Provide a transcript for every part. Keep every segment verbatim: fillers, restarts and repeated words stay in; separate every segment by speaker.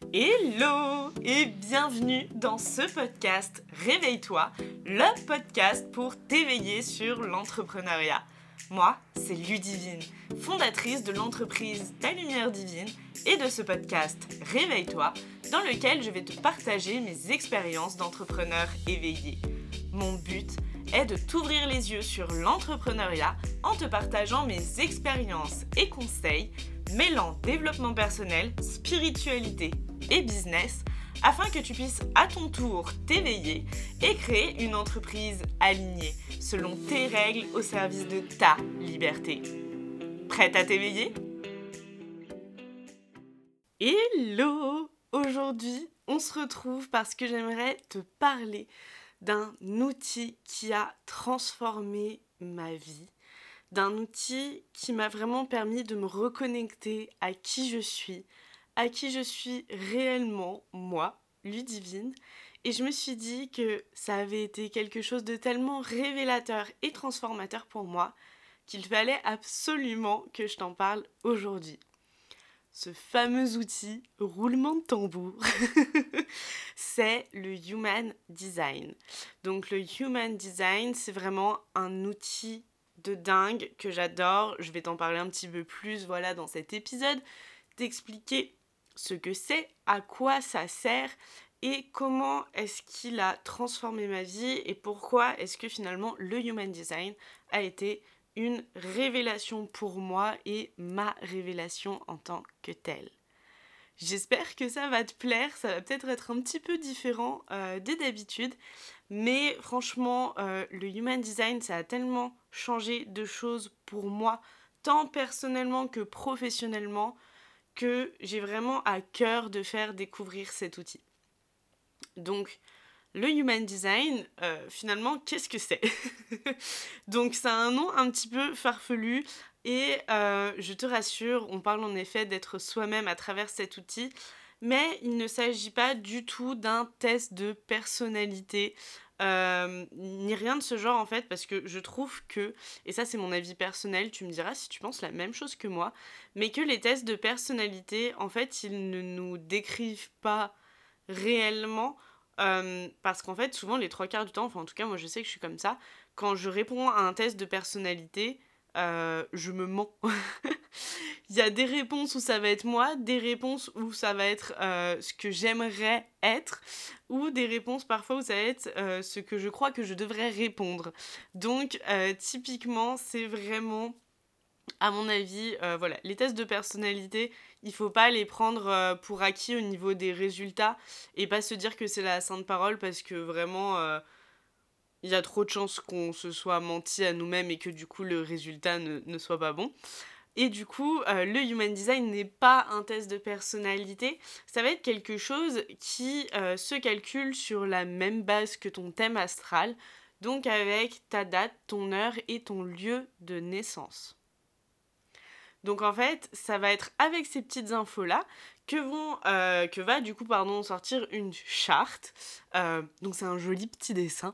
Speaker 1: Hello et bienvenue dans ce podcast Réveille-toi, le podcast pour t'éveiller sur l'entrepreneuriat. Moi, c'est Ludivine, fondatrice de l'entreprise Ta Lumière Divine et de ce podcast Réveille-toi, dans lequel je vais te partager mes expériences d'entrepreneur éveillé. Mon but est de t'ouvrir les yeux sur l'entrepreneuriat en te partageant mes expériences et conseils mêlant développement personnel, spiritualité et business afin que tu puisses à ton tour t'éveiller et créer une entreprise alignée selon tes règles au service de ta liberté. Prête à t'éveiller ? Hello ! Aujourd'hui, on se retrouve parce que j'aimerais te parler d'un outil qui a transformé ma vie, d'un outil qui m'a vraiment permis de me reconnecter à qui je suis, à qui je suis réellement, moi, Ludivine. Et je me suis dit que ça avait été quelque chose de tellement révélateur et transformateur pour moi qu'il fallait absolument que je t'en parle aujourd'hui. Ce fameux outil, roulement de tambour, c'est le Human Design. Donc le Human Design, c'est vraiment un outil de dingue que j'adore. Je vais t'en parler un petit peu plus voilà, dans cet épisode, t'expliquer ce que c'est, à quoi ça sert et comment est-ce qu'il a transformé ma vie et pourquoi est-ce que finalement le Human Design a été une révélation pour moi et ma révélation en tant que telle. J'espère que ça va te plaire, ça va peut-être être un petit peu différent euh, des d'habitude, mais franchement, euh, le Human Design, ça a tellement changé de choses pour moi, tant personnellement que professionnellement, que j'ai vraiment à cœur de faire découvrir cet outil. Donc, le Human Design, euh, finalement, qu'est-ce que c'est ? Donc, ça a un nom un petit peu farfelu et euh, je te rassure, on parle en effet d'être soi-même à travers cet outil, mais il ne s'agit pas du tout d'un test de personnalité, euh, ni rien de ce genre en fait, parce que je trouve que, et ça c'est mon avis personnel, tu me diras si tu penses la même chose que moi, mais que les tests de personnalité, en fait, ils ne nous décrivent pas réellement. Euh, parce qu'en fait, souvent, les trois quarts du temps, enfin en tout cas, moi je sais que je suis comme ça, quand je réponds à un test de personnalité, euh, je me mens. Il y a des réponses où ça va être moi, des réponses où ça va être euh, ce que j'aimerais être, ou des réponses parfois où ça va être euh, ce que je crois que je devrais répondre. Donc, euh, typiquement, c'est vraiment... À mon avis, euh, voilà, les tests de personnalité, il faut pas les prendre euh, pour acquis au niveau des résultats et pas se dire que c'est la sainte parole parce que vraiment, euh, il y a trop de chances qu'on se soit menti à nous-mêmes et que du coup le résultat ne, ne soit pas bon. Et du coup, euh, le Human Design n'est pas un test de personnalité, ça va être quelque chose qui euh, se calcule sur la même base que ton thème astral, donc avec ta date, ton heure et ton lieu de naissance. Donc en fait, ça va être avec ces petites infos-là que, vont, euh, que va du coup pardon, sortir une charte. Euh, donc c'est un joli petit dessin.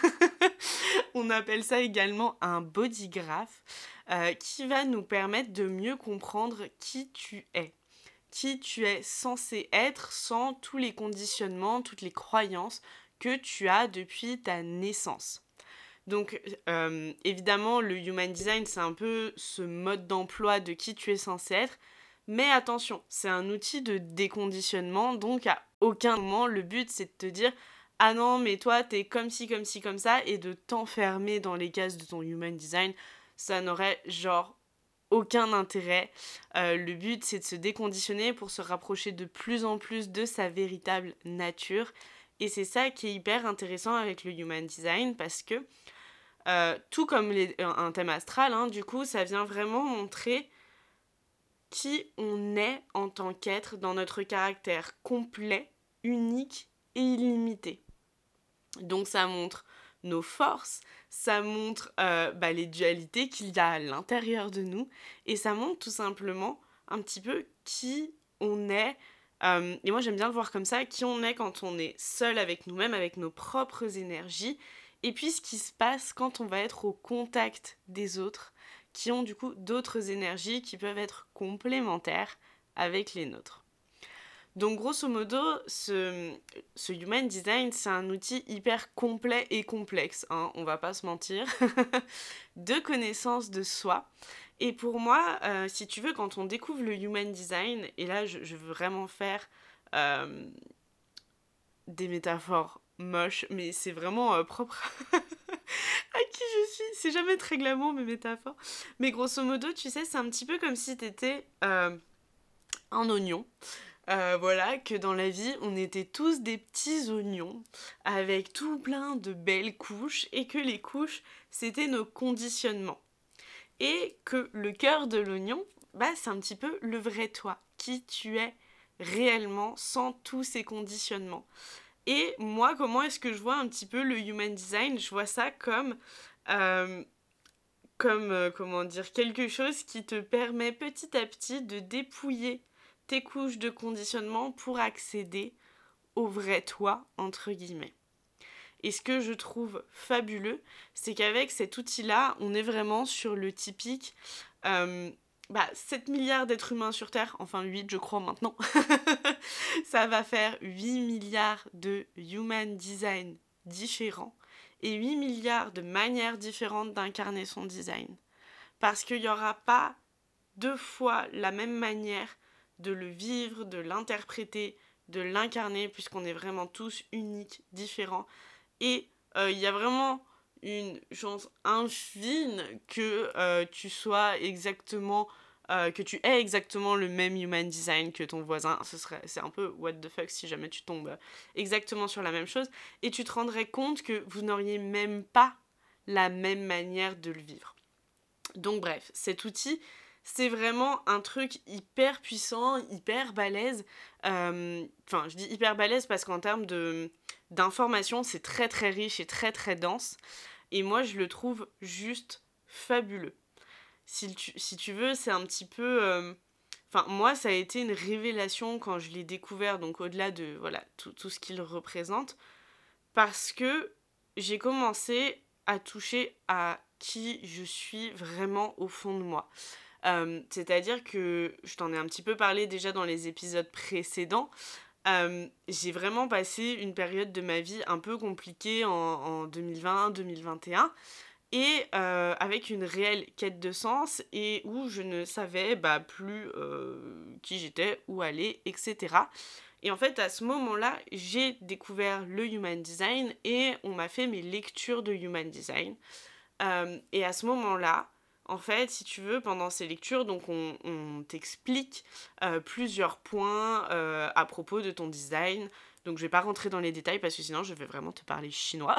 Speaker 1: On appelle ça également un bodygraph euh, qui va nous permettre de mieux comprendre qui tu es. Qui tu es censé être sans tous les conditionnements, toutes les croyances que tu as depuis ta naissance. Donc, euh, évidemment, le Human Design, c'est un peu ce mode d'emploi de qui tu es censé être. Mais attention, c'est un outil de déconditionnement, donc à aucun moment, le but, c'est de te dire « Ah non, mais toi, t'es comme ci, comme ci, comme ça », et de t'enfermer dans les cases de ton Human Design. Ça n'aurait, genre, aucun intérêt. Euh, le but, c'est de se déconditionner pour se rapprocher de plus en plus de sa véritable nature. Et c'est ça qui est hyper intéressant avec le Human Design, parce que Euh, tout comme les, un thème astral, hein, du coup, ça vient vraiment montrer qui on est en tant qu'être dans notre caractère complet, unique et illimité. Donc ça montre nos forces, ça montre euh, bah, les dualités qu'il y a à l'intérieur de nous, et ça montre tout simplement un petit peu qui on est. Euh, et moi j'aime bien le voir comme ça, qui on est quand on est seul avec nous-mêmes, avec nos propres énergies, et puis ce qui se passe quand on va être au contact des autres, qui ont du coup d'autres énergies qui peuvent être complémentaires avec les nôtres. Donc grosso modo, ce, ce Human Design, c'est un outil hyper complet et complexe, hein, on va pas se mentir, de connaissance de soi. Et pour moi, euh, si tu veux, quand on découvre le Human Design, et là je, je veux vraiment faire euh, des métaphores moches, mais c'est vraiment euh, propre à qui je suis. C'est jamais très glamour mes métaphores. Mais grosso modo, tu sais, c'est un petit peu comme si t'étais euh, un oignon. Euh, voilà, que dans la vie, on était tous des petits oignons avec tout plein de belles couches et que les couches, c'était nos conditionnements. Et que le cœur de l'oignon, bah, c'est un petit peu le vrai toi, qui tu es réellement sans tous ces conditionnements. Et moi, comment est-ce que je vois un petit peu le Human Design? Je vois ça comme, euh, comme euh, comment dire, quelque chose qui te permet petit à petit de dépouiller tes couches de conditionnement pour accéder au vrai toi, entre guillemets. Et ce que je trouve fabuleux, c'est qu'avec cet outil-là, on est vraiment sur le typique euh, bah, sept milliards d'êtres humains sur Terre, enfin huit je crois maintenant. Ça va faire huit milliards de human design différents et huit milliards de manières différentes d'incarner son design. Parce qu'il n'y aura pas deux fois la même manière de le vivre, de l'interpréter, de l'incarner, puisqu'on est vraiment tous uniques, différents. Et il euh, y a vraiment une chance infime que euh, tu sois exactement, euh, que tu aies exactement le même human design que ton voisin. Ce serait, c'est un peu what the fuck si jamais tu tombes exactement sur la même chose. Et tu te rendrais compte que vous n'auriez même pas la même manière de le vivre. Donc bref, cet outil, c'est vraiment un truc hyper puissant, hyper balèze. Euh, Enfin, je dis hyper balèze parce qu'en termes de, d'informations, c'est très très riche et très très dense. Et moi, je le trouve juste fabuleux. Si tu, si tu veux, c'est un petit peu... euh, Enfin, moi, ça a été une révélation quand je l'ai découvert, donc au-delà de voilà, tout, tout ce qu'il représente, parce que j'ai commencé à toucher à qui je suis vraiment au fond de moi. Euh, c'est-à-dire que je t'en ai un petit peu parlé déjà dans les épisodes précédents. Euh, j'ai vraiment passé une période de ma vie un peu compliquée en, en deux mille vingt deux mille vingt et un et euh, avec une réelle quête de sens et où je ne savais bah, plus euh, qui j'étais, où aller, et cetera. Et en fait, à ce moment-là, j'ai découvert le Human Design et on m'a fait mes lectures de Human Design. Euh, et à ce moment-là, en fait, si tu veux, pendant ces lectures, donc on, on t'explique euh, plusieurs points euh, à propos de ton design. Donc je vais pas rentrer dans les détails parce que sinon je vais vraiment te parler chinois.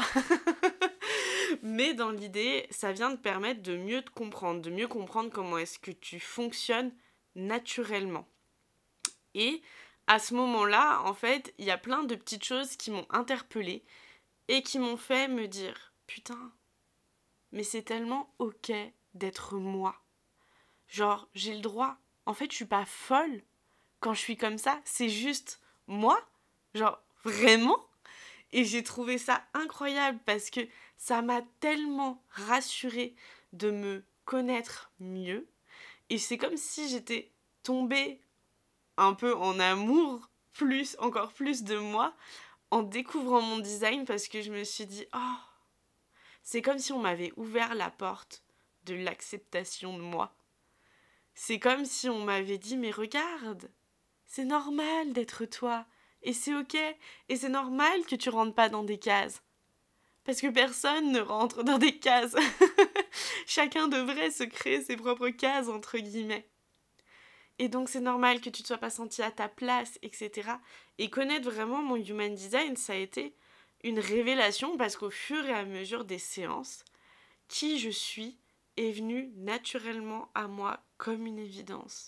Speaker 1: Mais dans l'idée, ça vient te permettre de mieux te comprendre, de mieux comprendre comment est-ce que tu fonctionnes naturellement. Et à ce moment-là, en fait, il y a plein de petites choses qui m'ont interpellée et qui m'ont fait me dire « Putain, mais c'est tellement ok d'être moi. Genre, j'ai le droit. En fait, je suis pas folle quand je suis comme ça. C'est juste moi. Genre, vraiment ?» Et j'ai trouvé ça incroyable parce que ça m'a tellement rassurée de me connaître mieux. Et c'est comme si j'étais tombée un peu en amour, plus, encore plus de moi, en découvrant mon design parce que je me suis dit, oh, c'est comme si on m'avait ouvert la porte de l'acceptation de moi. C'est comme si on m'avait dit, mais regarde, c'est normal d'être toi. Et c'est ok. Et c'est normal que tu rentres pas dans des cases. Parce que personne ne rentre dans des cases. Chacun devrait se créer ses propres cases, entre guillemets. Et donc c'est normal que tu ne sois pas senti à ta place, et cetera. Et connaître vraiment mon Human Design, ça a été une révélation parce qu'au fur et à mesure des séances, qui je suis est venu naturellement à moi comme une évidence.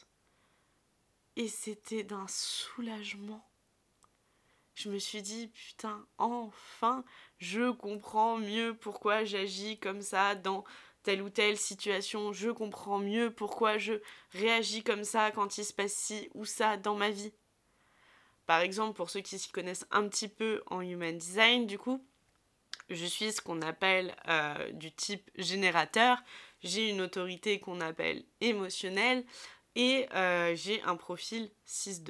Speaker 1: Et c'était d'un soulagement. Je me suis dit, putain, enfin, je comprends mieux pourquoi j'agis comme ça dans telle ou telle situation. Je comprends mieux pourquoi je réagis comme ça quand il se passe ci ou ça dans ma vie. Par exemple, pour ceux qui s'y connaissent un petit peu en Human Design, du coup, je suis ce qu'on appelle euh, du type générateur. J'ai une autorité qu'on appelle émotionnelle et euh, j'ai un profil six deux.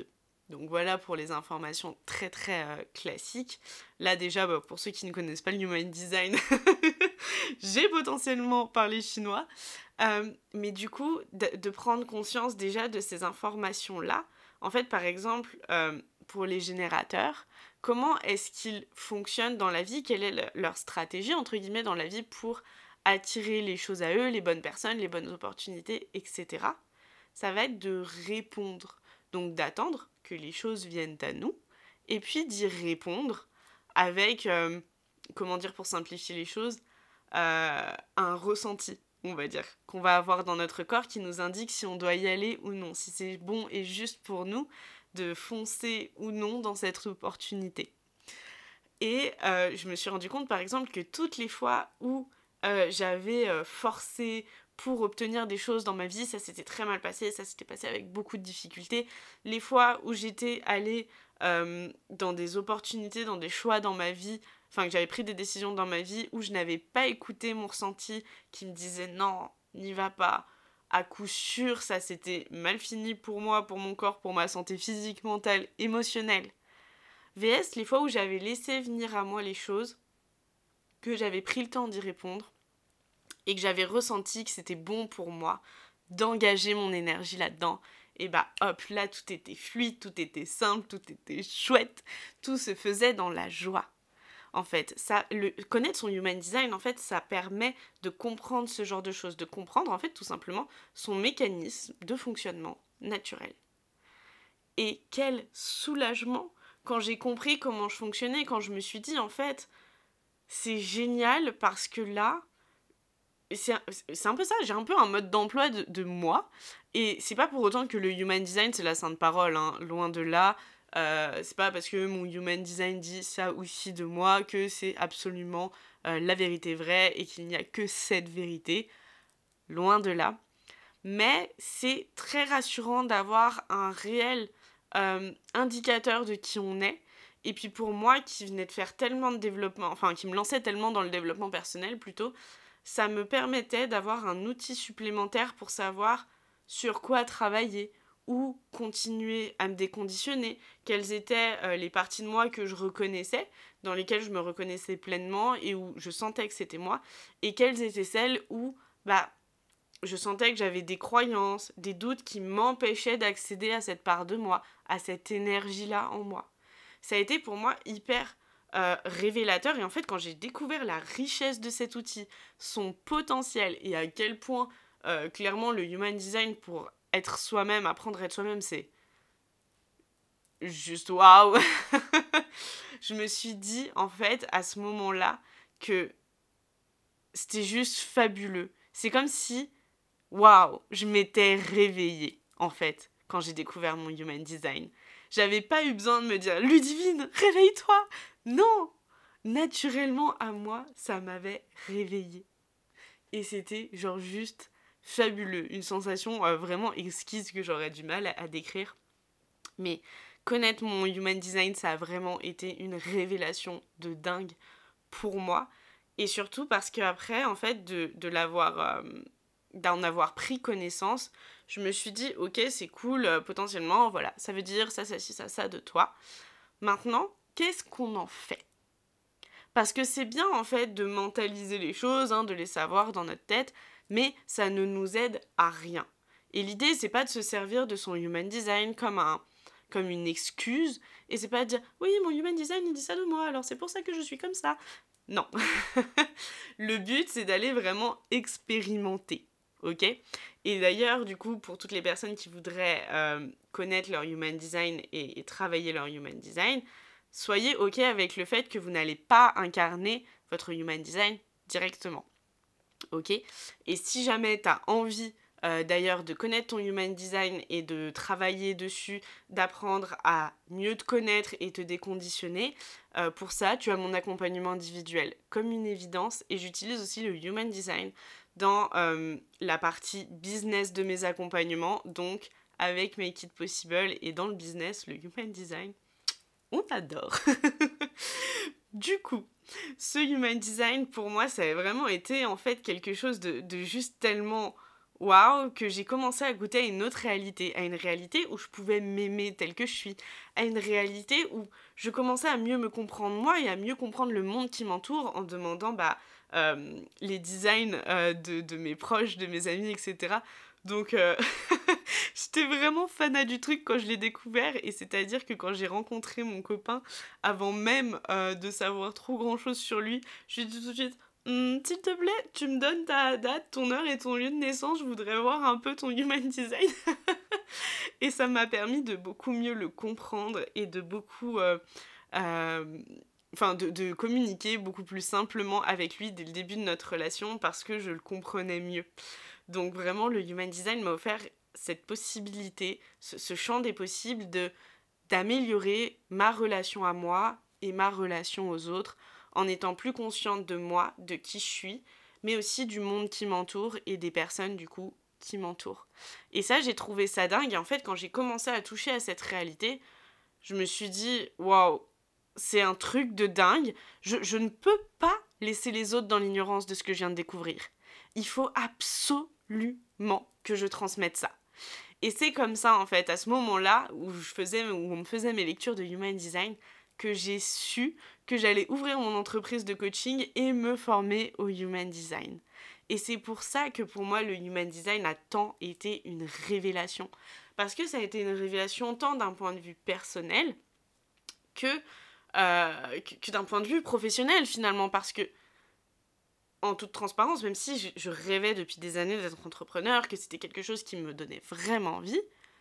Speaker 1: Donc voilà pour les informations très très euh, classiques. Là déjà, bah, pour ceux qui ne connaissent pas le Human Design, j'ai potentiellement parlé chinois. Euh, mais du coup, de, de prendre conscience déjà de ces informations-là. En fait, par exemple, euh, pour les générateurs, comment est-ce qu'ils fonctionnent dans la vie? Quelle est le, leur stratégie, entre guillemets, dans la vie pour attirer les choses à eux, les bonnes personnes, les bonnes opportunités, et cetera. Ça va être de répondre. Donc d'attendre que les choses viennent à nous, et puis d'y répondre avec, euh, comment dire pour simplifier les choses, euh, un ressenti, on va dire, qu'on va avoir dans notre corps qui nous indique si on doit y aller ou non, si c'est bon et juste pour nous de foncer ou non dans cette opportunité. Et euh, je me suis rendu compte par exemple que toutes les fois où euh, j'avais euh, forcé pour obtenir des choses dans ma vie, ça s'était très mal passé, ça s'était passé avec beaucoup de difficultés. Les fois où j'étais allée euh, dans des opportunités, dans des choix dans ma vie, enfin que j'avais pris des décisions dans ma vie où je n'avais pas écouté mon ressenti qui me disait non, n'y va pas. À coup sûr, ça s'était mal fini pour moi, pour mon corps, pour ma santé physique, mentale, émotionnelle. V S, les fois où j'avais laissé venir à moi les choses, que j'avais pris le temps d'y répondre, et que j'avais ressenti que c'était bon pour moi d'engager mon énergie là-dedans, et bah hop, là tout était fluide, tout était simple, tout était chouette, tout se faisait dans la joie. En fait, ça, le, connaître son human design, en fait, ça permet de comprendre ce genre de choses, de comprendre, en fait, tout simplement, son mécanisme de fonctionnement naturel. Et quel soulagement quand j'ai compris comment je fonctionnais, quand je me suis dit, en fait, c'est génial parce que là, c'est, c'est un peu ça, j'ai un peu un mode d'emploi de, de moi, et c'est pas pour autant que le human design, c'est la sainte parole, hein, loin de là. Euh, c'est pas parce que mon human design dit ça aussi de moi que c'est absolument euh, la vérité vraie et qu'il n'y a que cette vérité, loin de là. Mais c'est très rassurant d'avoir un réel euh, indicateur de qui on est. Et puis pour moi, qui venait de faire tellement de développement, enfin qui me lançait tellement dans le développement personnel plutôt, ça me permettait d'avoir un outil supplémentaire pour savoir sur quoi travailler, ou continuer à me déconditionner, quelles étaient euh, les parties de moi que je reconnaissais, dans lesquelles je me reconnaissais pleinement et où je sentais que c'était moi, et quelles étaient celles où bah, je sentais que j'avais des croyances, des doutes qui m'empêchaient d'accéder à cette part de moi, à cette énergie-là en moi. Ça a été pour moi hyper euh, révélateur, et en fait quand j'ai découvert la richesse de cet outil, son potentiel, et à quel point euh, clairement le human design pour être soi-même, apprendre à être soi-même, c'est juste waouh. Je me suis dit en fait à ce moment-là que c'était juste fabuleux. C'est comme si waouh, je m'étais réveillée, en fait, quand j'ai découvert mon human design. J'avais pas eu besoin de me dire « Ludivine, réveille-toi !» Non, naturellement, à moi, ça m'avait réveillée. Et c'était genre juste fabuleux. Une sensation euh, vraiment exquise que j'aurais du mal à, à décrire. Mais connaître mon human design, ça a vraiment été une révélation de dingue pour moi. Et surtout parce qu'après, en fait, de, de l'avoir... Euh, d'en avoir pris connaissance, je me suis dit, ok, c'est cool, euh, potentiellement, voilà, ça veut dire ça, ça, ça, ça, ça de toi. Maintenant, qu'est-ce qu'on en fait? Parce que c'est bien, en fait, de mentaliser les choses, hein, de les savoir dans notre tête, mais ça ne nous aide à rien. Et l'idée, c'est pas de se servir de son human design comme un, comme une excuse, et c'est pas de dire, oui, mon human design, il dit ça de moi, alors c'est pour ça que je suis comme ça. Non. Le but, c'est d'aller vraiment expérimenter. Ok ? Et d'ailleurs, du coup, pour toutes les personnes qui voudraient euh, connaître leur human design et, et travailler leur human design, soyez ok avec le fait que vous n'allez pas incarner votre human design directement. Ok ? Et si jamais tu as envie euh, d'ailleurs de connaître ton human design et de travailler dessus, d'apprendre à mieux te connaître et te déconditionner, euh, pour ça, tu as mon accompagnement individuel comme une évidence, et j'utilise aussi le human design dans euh, la partie business de mes accompagnements, donc avec Make It Possible, et dans le business, le human design, on adore. Du coup, ce human design, pour moi, ça a vraiment été en fait quelque chose de, de juste tellement waouh, que j'ai commencé à goûter à une autre réalité, à une réalité où je pouvais m'aimer telle que je suis, à une réalité où je commençais à mieux me comprendre moi et à mieux comprendre le monde qui m'entoure en demandant bah, euh, les designs euh, de, de mes proches, de mes amis, et cetera. Donc, euh, j'étais vraiment fanat du truc quand je l'ai découvert, et c'est-à-dire que quand j'ai rencontré mon copain, avant même euh, de savoir trop grand-chose sur lui, je lui ai dit tout de suite: Hum, s'il te plaît, tu me donnes ta date, ton heure et ton lieu de naissance, je voudrais voir un peu ton human design. Et ça m'a permis de beaucoup mieux le comprendre et de beaucoup... euh, euh, Enfin, de, de communiquer beaucoup plus simplement avec lui dès le début de notre relation parce que je le comprenais mieux. Donc vraiment, le human design m'a offert cette possibilité, ce, ce champ des possibles de d'améliorer ma relation à moi et ma relation aux autres en étant plus consciente de moi, de qui je suis, mais aussi du monde qui m'entoure et des personnes du coup qui m'entourent. Et ça, j'ai trouvé ça dingue. Et en fait, quand j'ai commencé à toucher à cette réalité, je me suis dit waouh, c'est un truc de dingue. Je, je ne peux pas laisser les autres dans l'ignorance de ce que je viens de découvrir. Il faut absolument que je transmette ça. Et c'est comme ça, en fait, à ce moment-là, où, je faisais, où on me faisait mes lectures de Human Design, que j'ai su que j'allais ouvrir mon entreprise de coaching et me former au Human Design. Et c'est pour ça que pour moi, le Human Design a tant été une révélation. Parce que ça a été une révélation tant d'un point de vue personnel que, euh, que, que d'un point de vue professionnel, finalement. Parce que en toute transparence, même si je, je rêvais depuis des années d'être entrepreneur, que c'était quelque chose qui me donnait vraiment envie,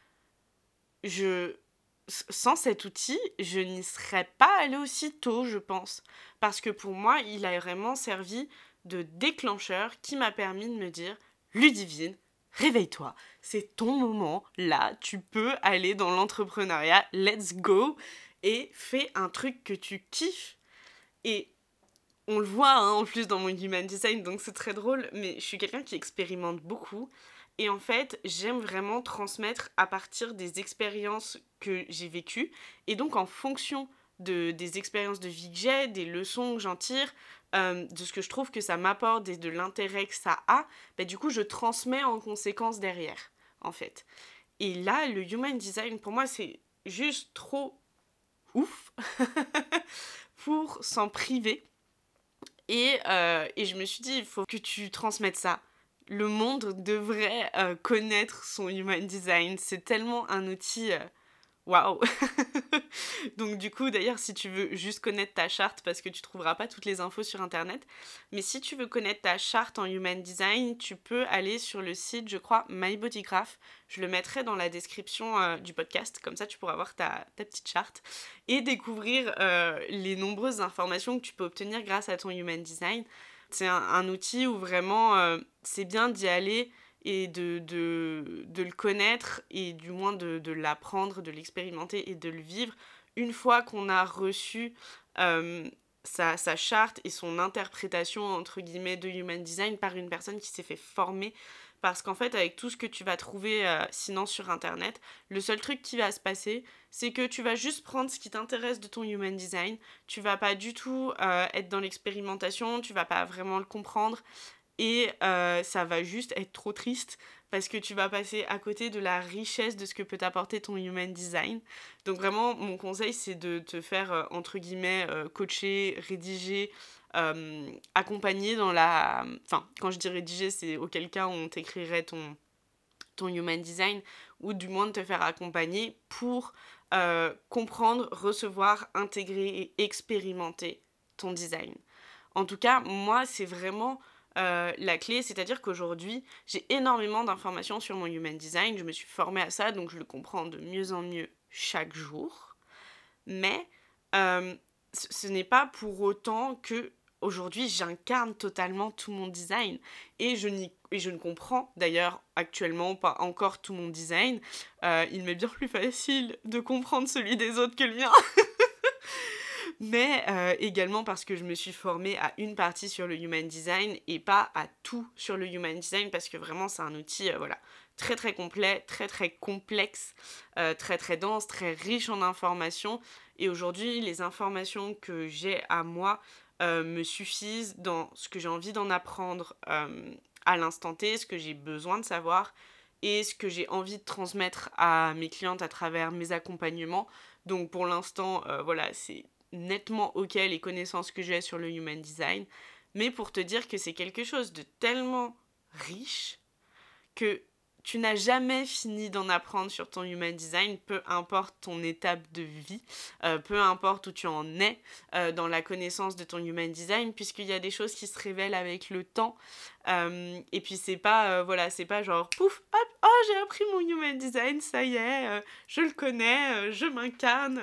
Speaker 1: je, sans cet outil, je n'y serais pas allée aussi tôt, je pense. Parce que pour moi, il a vraiment servi de déclencheur qui m'a permis de me dire: Ludivine, réveille-toi, c'est ton moment, là, tu peux aller dans l'entrepreneuriat, let's go, et fais un truc que tu kiffes. Et on le voit hein, en plus dans mon human design, donc c'est très drôle, mais je suis quelqu'un qui expérimente beaucoup. Et en fait, j'aime vraiment transmettre à partir des expériences que j'ai vécues. Et donc, en fonction de, des expériences de vie que j'ai, des leçons que j'en tire, euh, de ce que je trouve que ça m'apporte et de l'intérêt que ça a, bah, du coup, je transmets en conséquence derrière, en fait. Et là, le human design, pour moi, c'est juste trop ouf pour s'en priver. Et, euh, et je me suis dit, il faut que tu transmettes ça. Le monde devrait euh, connaître son human design. C'est tellement un outil... euh, Waouh. Donc du coup, d'ailleurs, si tu veux juste connaître ta charte, parce que tu trouveras pas toutes les infos sur Internet, mais si tu veux connaître ta charte en Human Design, tu peux aller sur le site, je crois, MyBodygraph. Je le mettrai dans la description euh, du podcast, comme ça tu pourras voir ta, ta petite charte et découvrir euh, les nombreuses informations que tu peux obtenir grâce à ton Human Design. C'est un, un outil où vraiment, euh, c'est bien d'y aller et de, de, de le connaître et du moins de, de l'apprendre, de l'expérimenter et de le vivre une fois qu'on a reçu euh, sa, sa charte et son interprétation entre guillemets de Human Design par une personne qui s'est fait former. Parce qu'en fait, avec tout ce que tu vas trouver euh, sinon sur Internet, le seul truc qui va se passer, c'est que tu vas juste prendre ce qui t'intéresse de ton Human Design. Tu vas pas du tout euh, être dans l'expérimentation, tu vas pas vraiment le comprendre. Et euh, ça va juste être trop triste parce que tu vas passer à côté de la richesse de ce que peut t'apporter ton human design. Donc vraiment, mon conseil, c'est de te faire, euh, entre guillemets, euh, coacher, rédiger, euh, accompagner dans la... Enfin, quand je dis rédiger, c'est auquel cas on t'écrirait ton, ton human design, ou du moins de te faire accompagner pour euh, comprendre, recevoir, intégrer et expérimenter ton design. En tout cas, moi, c'est vraiment... Euh, la clé, c'est-à-dire qu'aujourd'hui, j'ai énormément d'informations sur mon human design, je me suis formée à ça, donc je le comprends de mieux en mieux chaque jour, mais euh, ce, ce n'est pas pour autant que aujourd'hui j'incarne totalement tout mon design, et je, n'y, et je ne comprends d'ailleurs actuellement pas encore tout mon design. Euh, il m'est bien plus facile de comprendre celui des autres que le mien. Mais euh, également parce que je me suis formée à une partie sur le Human Design et pas à tout sur le Human Design, parce que vraiment c'est un outil euh, voilà, très très complet, très très complexe, euh, très très dense, très riche en informations. Et aujourd'hui, les informations que j'ai à moi euh, me suffisent dans ce que j'ai envie d'en apprendre euh, à l'instant T, ce que j'ai besoin de savoir et ce que j'ai envie de transmettre à mes clientes à travers mes accompagnements. Donc pour l'instant, euh, voilà, c'est nettement ok les connaissances que j'ai sur le Human Design, mais pour te dire que c'est quelque chose de tellement riche que tu n'as jamais fini d'en apprendre sur ton Human Design, peu importe ton étape de vie, euh, peu importe où tu en es euh, dans la connaissance de ton Human Design, puisqu'il y a des choses qui se révèlent avec le temps. Euh, et puis c'est pas, euh, voilà, c'est pas genre pouf, hop, oh j'ai appris mon Human Design, ça y est, euh, je le connais, euh, je m'incarne,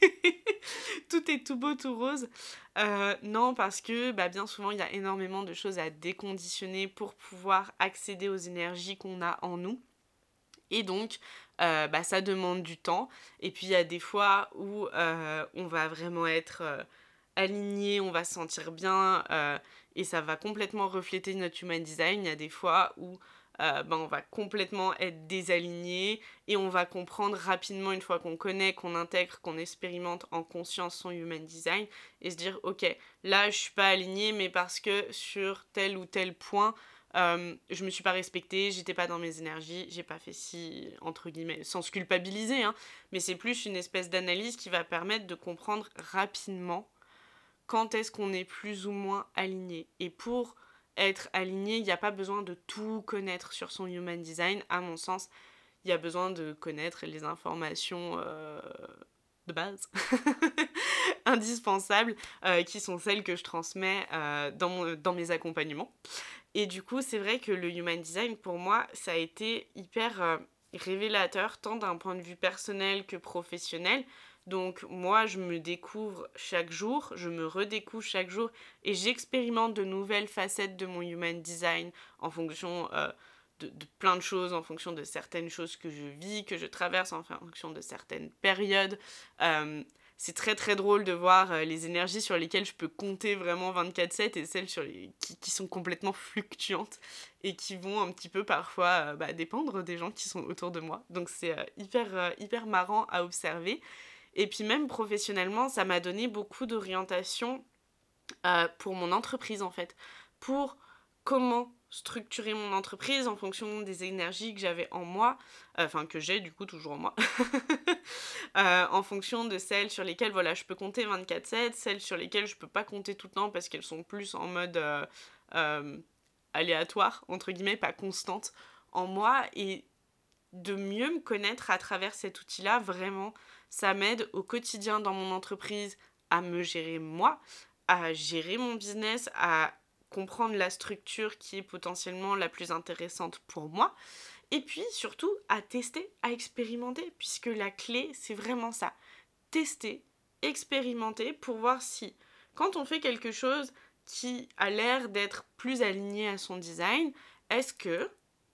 Speaker 1: tout est tout beau, tout rose. Euh, non, parce que bah, bien souvent, il y a énormément de choses à déconditionner pour pouvoir accéder aux énergies qu'on a en nous. Et donc, euh, bah, ça demande du temps. Et puis, il y a des fois où euh, on va vraiment être euh, aligné, on va se sentir bien, euh, et ça va complètement refléter notre Human Design. Il y a des fois où euh, bah, on va complètement être désaligné et on va comprendre rapidement, une fois qu'on connaît, qu'on intègre, qu'on expérimente en conscience son Human Design, et se dire, ok, là, je suis pas aligné, mais parce que sur tel ou tel point, Euh, je me suis pas respectée, j'étais pas dans mes énergies, j'ai pas fait ci, entre guillemets, sans se culpabiliser, hein, mais c'est plus une espèce d'analyse qui va permettre de comprendre rapidement quand est-ce qu'on est plus ou moins aligné. Et pour être aligné, il n'y a pas besoin de tout connaître sur son Human Design, à mon sens, il y a besoin de connaître les informations euh, de base, indispensables, euh, qui sont celles que je transmets euh, dans, mon, dans mes accompagnements. Et du coup, c'est vrai que le Human Design, pour moi, ça a été hyper euh, révélateur, tant d'un point de vue personnel que professionnel. Donc moi, je me découvre chaque jour, je me redécouvre chaque jour, et j'expérimente de nouvelles facettes de mon Human Design en fonction euh, de, de plein de choses, en fonction de certaines choses que je vis, que je traverse, en fonction de certaines périodes. Euh, c'est très très drôle de voir euh, les énergies sur lesquelles je peux compter vraiment vingt-quatre sept et celles sur les... qui, qui sont complètement fluctuantes et qui vont un petit peu parfois euh, bah, dépendre des gens qui sont autour de moi. Donc c'est euh, hyper, euh, hyper marrant à observer. Et puis même professionnellement, ça m'a donné beaucoup d'orientation euh, pour mon entreprise en fait. Pour comment structurer mon entreprise en fonction des énergies que j'avais en moi, enfin euh, que j'ai du coup toujours en moi, euh, en fonction de celles sur lesquelles voilà, je peux compter vingt-quatre sept, celles sur lesquelles je peux pas compter tout le temps parce qu'elles sont plus en mode euh, euh, aléatoire, entre guillemets, pas constante en moi, et de mieux me connaître à travers cet outil-là, vraiment, ça m'aide au quotidien dans mon entreprise à me gérer moi, à gérer mon business, à comprendre la structure qui est potentiellement la plus intéressante pour moi, et puis surtout à tester, à expérimenter, puisque la clé, c'est vraiment ça. Tester, expérimenter pour voir si, quand on fait quelque chose qui a l'air d'être plus aligné à son design, est-ce que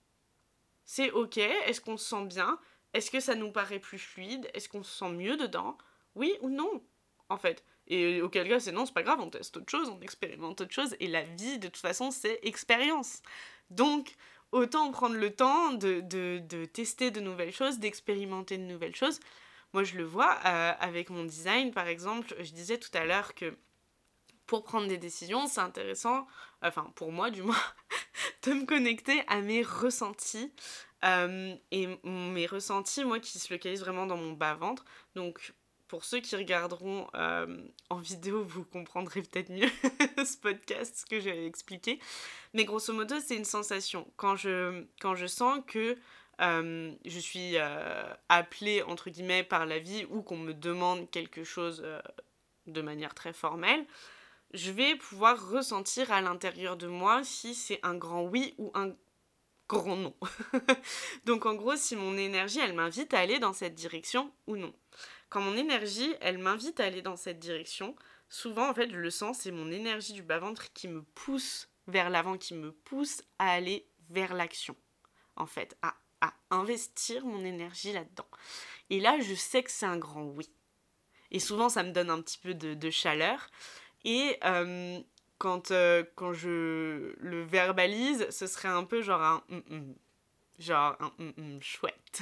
Speaker 1: c'est ok? Est-ce qu'on se sent bien? Est-ce que ça nous paraît plus fluide? Est-ce qu'on se sent mieux dedans? Oui ou non, en fait. Et auquel cas, c'est non, c'est pas grave, on teste autre chose, on expérimente autre chose, et la vie, de toute façon, c'est expérience. Donc, autant prendre le temps de, de, de tester de nouvelles choses, d'expérimenter de nouvelles choses. Moi, je le vois euh, avec mon design, par exemple, je disais tout à l'heure que pour prendre des décisions, c'est intéressant, enfin, pour moi du moins, de me connecter à mes ressentis. Euh, et mes ressentis, moi, qui se localisent vraiment dans mon bas-ventre. Donc, pour ceux qui regarderont euh, en vidéo, vous comprendrez peut-être mieux ce podcast, ce que j'ai expliqué. Mais grosso modo, c'est une sensation. Quand je, quand je sens que euh, je suis euh, appelée, entre guillemets, par la vie, ou qu'on me demande quelque chose euh, de manière très formelle, je vais pouvoir ressentir à l'intérieur de moi si c'est un grand oui ou un grand non. Donc en gros, si mon énergie, elle m'invite à aller dans cette direction ou non. Quand mon énergie, elle m'invite à aller dans cette direction, souvent, en fait, je le sens, c'est mon énergie du bas-ventre qui me pousse vers l'avant, qui me pousse à aller vers l'action, en fait, à, à investir mon énergie là-dedans. Et là, je sais que c'est un grand oui. Et souvent, ça me donne un petit peu de, de chaleur. Et euh, quand, euh, quand je le verbalise, ce serait un peu genre un mm-mm. Genre un mm-mm chouette.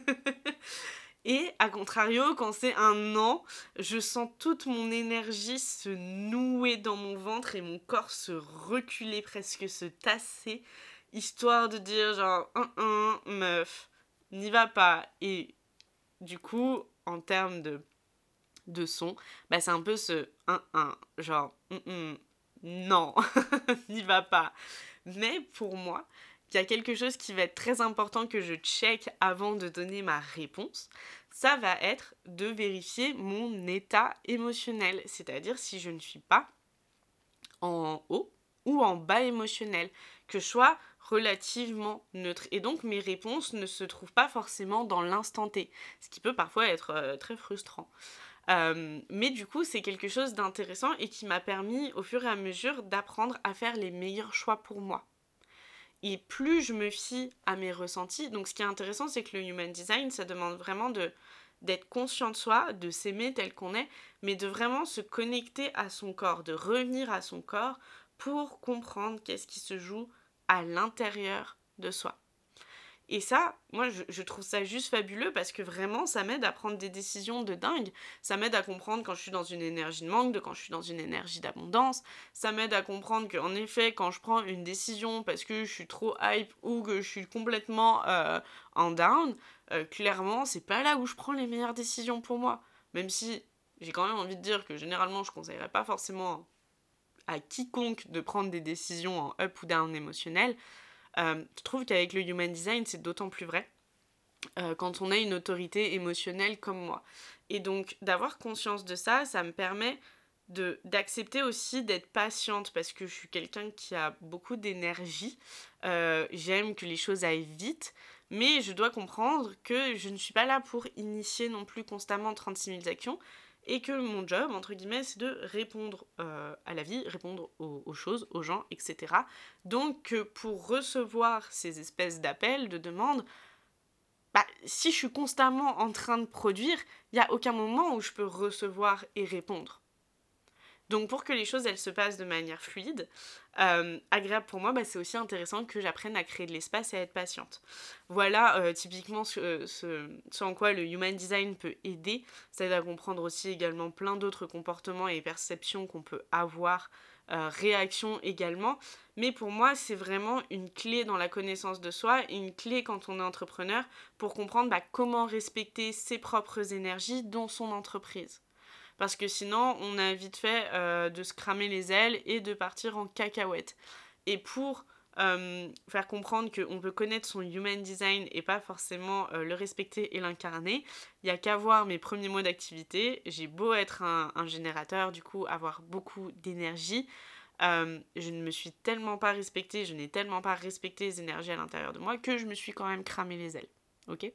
Speaker 1: Et à contrario, quand c'est un non, je sens toute mon énergie se nouer dans mon ventre et mon corps se reculer, presque se tasser. histoire de dire genre, hum, hum, meuf, n'y va pas. Et du coup, en termes de, de son, bah c'est un peu ce hum, hum, genre, hum, hum, non, n'y va pas. Mais pour moi, il y a quelque chose qui va être très important que je check avant de donner ma réponse. Ça va être de vérifier mon état émotionnel, c'est-à-dire si je ne suis pas en haut ou en bas émotionnel, que je sois relativement neutre. Et donc mes réponses ne se trouvent pas forcément dans l'instant T, ce qui peut parfois être euh, très frustrant. Euh, mais du coup, c'est quelque chose d'intéressant et qui m'a permis au fur et à mesure d'apprendre à faire les meilleurs choix pour moi. Et plus je me fie à mes ressentis, donc ce qui est intéressant, c'est que le Human Design, ça demande vraiment de, d'être conscient de soi, de s'aimer tel qu'on est, mais de vraiment se connecter à son corps, de revenir à son corps pour comprendre qu'est-ce qui se joue à l'intérieur de soi. Et ça, moi, je, je trouve ça juste fabuleux parce que vraiment, ça m'aide à prendre des décisions de dingue. Ça m'aide à comprendre quand je suis dans une énergie de manque, de quand je suis dans une énergie d'abondance. Ça m'aide à comprendre qu'en effet, quand je prends une décision parce que je suis trop hype ou que je suis complètement euh, en down, euh, clairement, c'est pas là où je prends les meilleures décisions pour moi. Même si j'ai quand même envie de dire que généralement, je conseillerais pas forcément à quiconque de prendre des décisions en up ou down émotionnel. Euh, je trouve qu'avec le Human Design, c'est d'autant plus vrai euh, quand on a une autorité émotionnelle comme moi. Et donc, d'avoir conscience de ça, ça me permet de, d'accepter aussi d'être patiente parce que je suis quelqu'un qui a beaucoup d'énergie. Euh, j'aime que les choses aillent vite, mais je dois comprendre que je ne suis pas là pour initier non plus constamment trente-six mille actions et que mon job, entre guillemets, c'est de répondre euh, à la vie, répondre aux, aux choses, aux gens, et cetera. Donc, euh, pour recevoir ces espèces d'appels, de demandes, bah, si je suis constamment en train de produire, il n'y a aucun moment où je peux recevoir et répondre. Donc pour que les choses elles se passent de manière fluide, euh, agréable pour moi, bah, c'est aussi intéressant que j'apprenne à créer de l'espace et à être patiente. Voilà euh, typiquement ce, ce, ce en quoi le Human Design peut aider. Ça aide à comprendre aussi également plein d'autres comportements et perceptions qu'on peut avoir, euh, réactions également. Mais pour moi, c'est vraiment une clé dans la connaissance de soi et une clé quand on est entrepreneur pour comprendre bah, comment respecter ses propres énergies dans son entreprise. Parce que sinon, on a vite fait euh, de se cramer les ailes et de partir en cacahuète. Et pour euh, faire comprendre qu'on peut connaître son Human Design et pas forcément euh, le respecter et l'incarner, il n'y a qu'à voir mes premiers mois d'activité. J'ai beau être un, un générateur, du coup, avoir beaucoup d'énergie. Euh, je ne me suis tellement pas respectée, je n'ai tellement pas respecté les énergies à l'intérieur de moi que je me suis quand même cramé les ailes. Ok.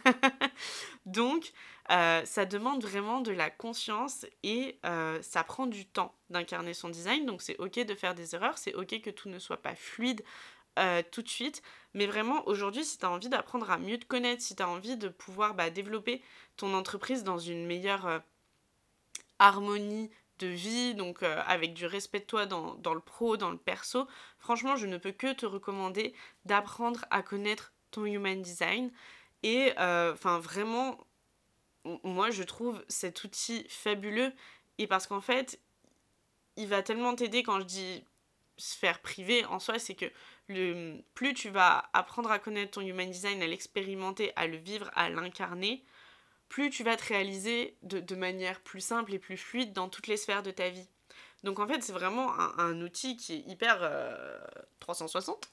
Speaker 1: Donc, euh, ça demande vraiment de la conscience et euh, ça prend du temps d'incarner son design. Donc, c'est ok de faire des erreurs, c'est ok que tout ne soit pas fluide euh, tout de suite. Mais vraiment, aujourd'hui, si tu as envie d'apprendre à mieux te connaître, si tu as envie de pouvoir bah, développer ton entreprise dans une meilleure euh, harmonie de vie, donc euh, avec du respect de toi dans, dans le pro, dans le perso, franchement, je ne peux que te recommander d'apprendre à connaître ton Human Design. Et enfin euh, vraiment, moi je trouve cet outil fabuleux et parce qu'en fait, il va tellement t'aider quand je dis sphère privée en soi, c'est que le, plus tu vas apprendre à connaître ton Human Design, à l'expérimenter, à le vivre, à l'incarner, plus tu vas te réaliser de, de manière plus simple et plus fluide dans toutes les sphères de ta vie. Donc en fait, c'est vraiment un, un outil qui est hyper euh, trois cent soixante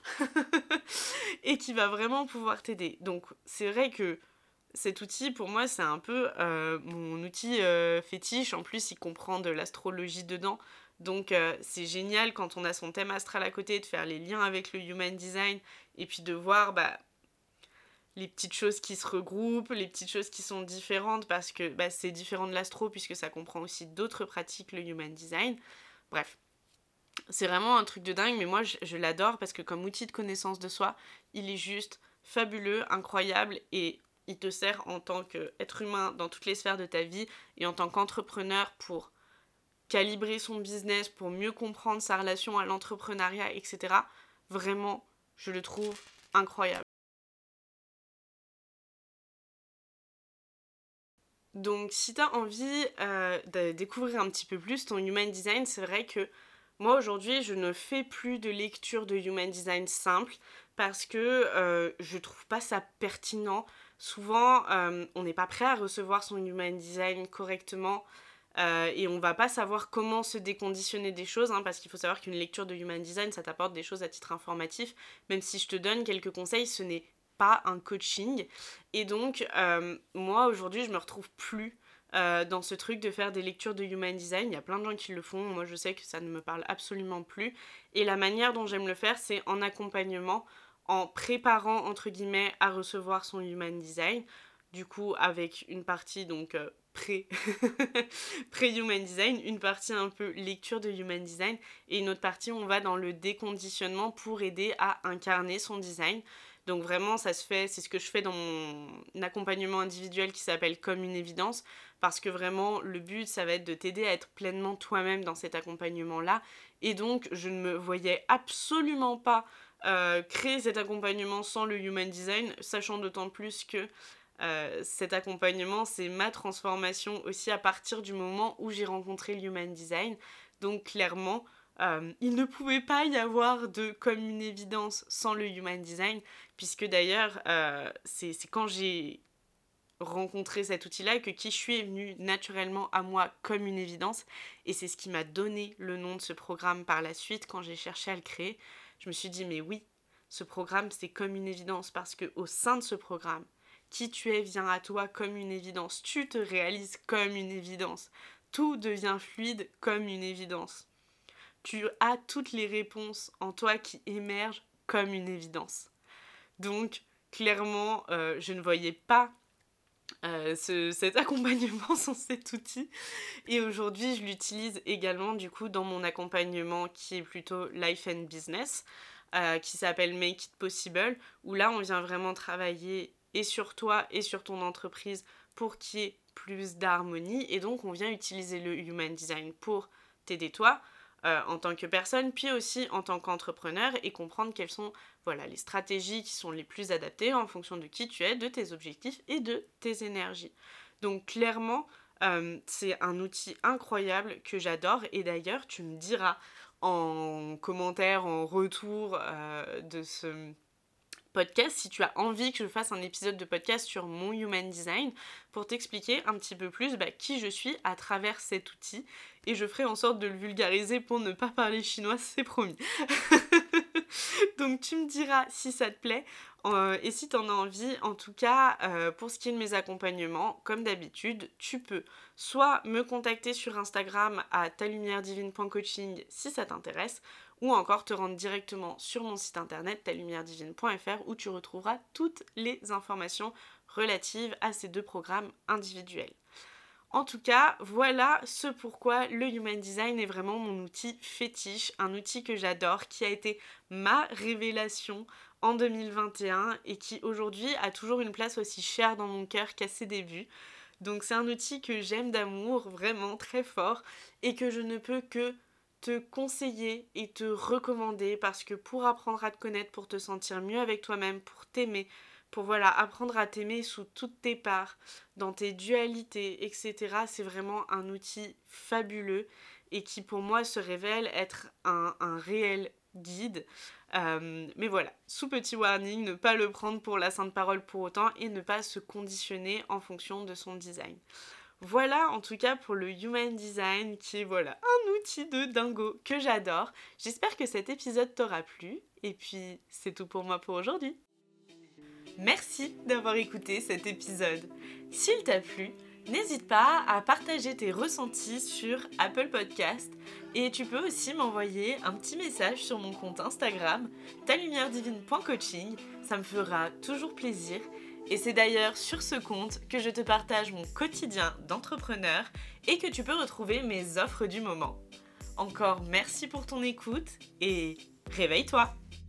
Speaker 1: et qui va vraiment pouvoir t'aider. Donc c'est vrai que cet outil, pour moi, c'est un peu euh, mon outil euh, fétiche. En plus, il comprend de l'astrologie dedans. Donc euh, c'est génial quand on a son thème astral à côté, de faire les liens avec le Human Design et puis de voir bah, les petites choses qui se regroupent, les petites choses qui sont différentes parce que bah, c'est différent de l'astro puisque ça comprend aussi d'autres pratiques, le Human Design. Bref, c'est vraiment un truc de dingue, mais moi je, je l'adore parce que comme outil de connaissance de soi, il est juste fabuleux, incroyable et il te sert en tant qu'être humain dans toutes les sphères de ta vie et en tant qu'entrepreneur pour calibrer son business, pour mieux comprendre sa relation à l'entrepreneuriat, et cetera. Vraiment, je le trouve incroyable. Donc, si tu as envie euh, de découvrir un petit peu plus ton Human Design, c'est vrai que moi aujourd'hui, je ne fais plus de lecture de Human Design simple parce que euh, je trouve pas ça pertinent. Souvent, euh, on n'est pas prêt à recevoir son human design correctement euh, et on va pas savoir comment se déconditionner des choses, hein, parce qu'il faut savoir qu'une lecture de human design, ça t'apporte des choses à titre informatif. Même si je te donne quelques conseils, ce n'est pas un coaching. Et donc, euh, moi, aujourd'hui, je me retrouve plus euh, dans ce truc de faire des lectures de human design. Il y a plein de gens qui le font. Moi, je sais que ça ne me parle absolument plus. Et la manière dont j'aime le faire, c'est en accompagnement, en préparant, entre guillemets, à recevoir son human design. Du coup, avec une partie, donc, euh, pré... pré-human design, une partie un peu lecture de human design, et une autre partie, on va dans le déconditionnement pour aider à incarner son design. Donc vraiment, ça se fait, c'est ce que je fais dans mon accompagnement individuel qui s'appelle Comme une évidence, parce que vraiment, le but, ça va être de t'aider à être pleinement toi-même dans cet accompagnement-là. Et donc, je ne me voyais absolument pas euh, créer cet accompagnement sans le human design, sachant d'autant plus que euh, cet accompagnement, c'est ma transformation aussi à partir du moment où j'ai rencontré le human design. Donc clairement, Euh, il ne pouvait pas y avoir de Comme une évidence sans le human design, puisque d'ailleurs, euh, c'est, c'est quand j'ai rencontré cet outil-là que qui je suis est venu naturellement à moi comme une évidence, et c'est ce qui m'a donné le nom de ce programme par la suite quand j'ai cherché à le créer. Je me suis dit, mais oui, ce programme, c'est comme une évidence, parce qu'au sein de ce programme, qui tu es vient à toi comme une évidence, tu te réalises comme une évidence, tout devient fluide comme une évidence. Tu as toutes les réponses en toi qui émergent comme une évidence. Donc, clairement, euh, je ne voyais pas euh, ce, cet accompagnement sans cet outil. Et aujourd'hui, je l'utilise également, du coup, dans mon accompagnement qui est plutôt Life and Business, euh, qui s'appelle Make It Possible, où là, on vient vraiment travailler et sur toi et sur ton entreprise pour qu'il y ait plus d'harmonie. Et donc, on vient utiliser le Human Design pour t'aider toi, Euh, en tant que personne, puis aussi en tant qu'entrepreneur, et comprendre quelles sont voilà, les stratégies qui sont les plus adaptées en fonction de qui tu es, de tes objectifs et de tes énergies. Donc clairement, euh, c'est un outil incroyable que j'adore, et d'ailleurs tu me diras en commentaire, en retour euh, de ce podcast, si tu as envie que je fasse un épisode de podcast sur mon human design pour t'expliquer un petit peu plus bah, qui je suis à travers cet outil, et je ferai en sorte de le vulgariser pour ne pas parler chinois, c'est promis. Donc tu me diras si ça te plaît euh, et si tu en as envie. En tout cas, euh, pour ce qui est de mes accompagnements, comme d'habitude, tu peux soit me contacter sur Instagram à ta lumière divine point coaching si ça t'intéresse, ou encore te rendre directement sur mon site internet ta lumière divine point f r où tu retrouveras toutes les informations relatives à ces deux programmes individuels. En tout cas, voilà ce pourquoi le Human Design est vraiment mon outil fétiche, un outil que j'adore, qui a été ma révélation en deux mille vingt et un et qui aujourd'hui a toujours une place aussi chère dans mon cœur qu'à ses débuts. Donc c'est un outil que j'aime d'amour vraiment très fort et que je ne peux que te conseiller et te recommander, parce que pour apprendre à te connaître, pour te sentir mieux avec toi-même, pour t'aimer, pour voilà, apprendre à t'aimer sous toutes tes parts, dans tes dualités, et cetera. C'est vraiment un outil fabuleux et qui pour moi se révèle être un, un réel guide. Euh, mais voilà, sous petit warning, ne pas le prendre pour la sainte parole pour autant et ne pas se conditionner en fonction de son design. Voilà en tout cas pour le Human Design, qui est voilà un outil de dingo que j'adore. J'espère que cet épisode t'aura plu et puis c'est tout pour moi pour aujourd'hui. Merci d'avoir écouté cet épisode. S'il t'a plu, n'hésite pas à partager tes ressentis sur Apple Podcast, et tu peux aussi m'envoyer un petit message sur mon compte Instagram ta lumière divine point coaching, ça me fera toujours plaisir. Et c'est d'ailleurs sur ce compte que je te partage mon quotidien d'entrepreneur et que tu peux retrouver mes offres du moment. Encore merci pour ton écoute et réveille-toi!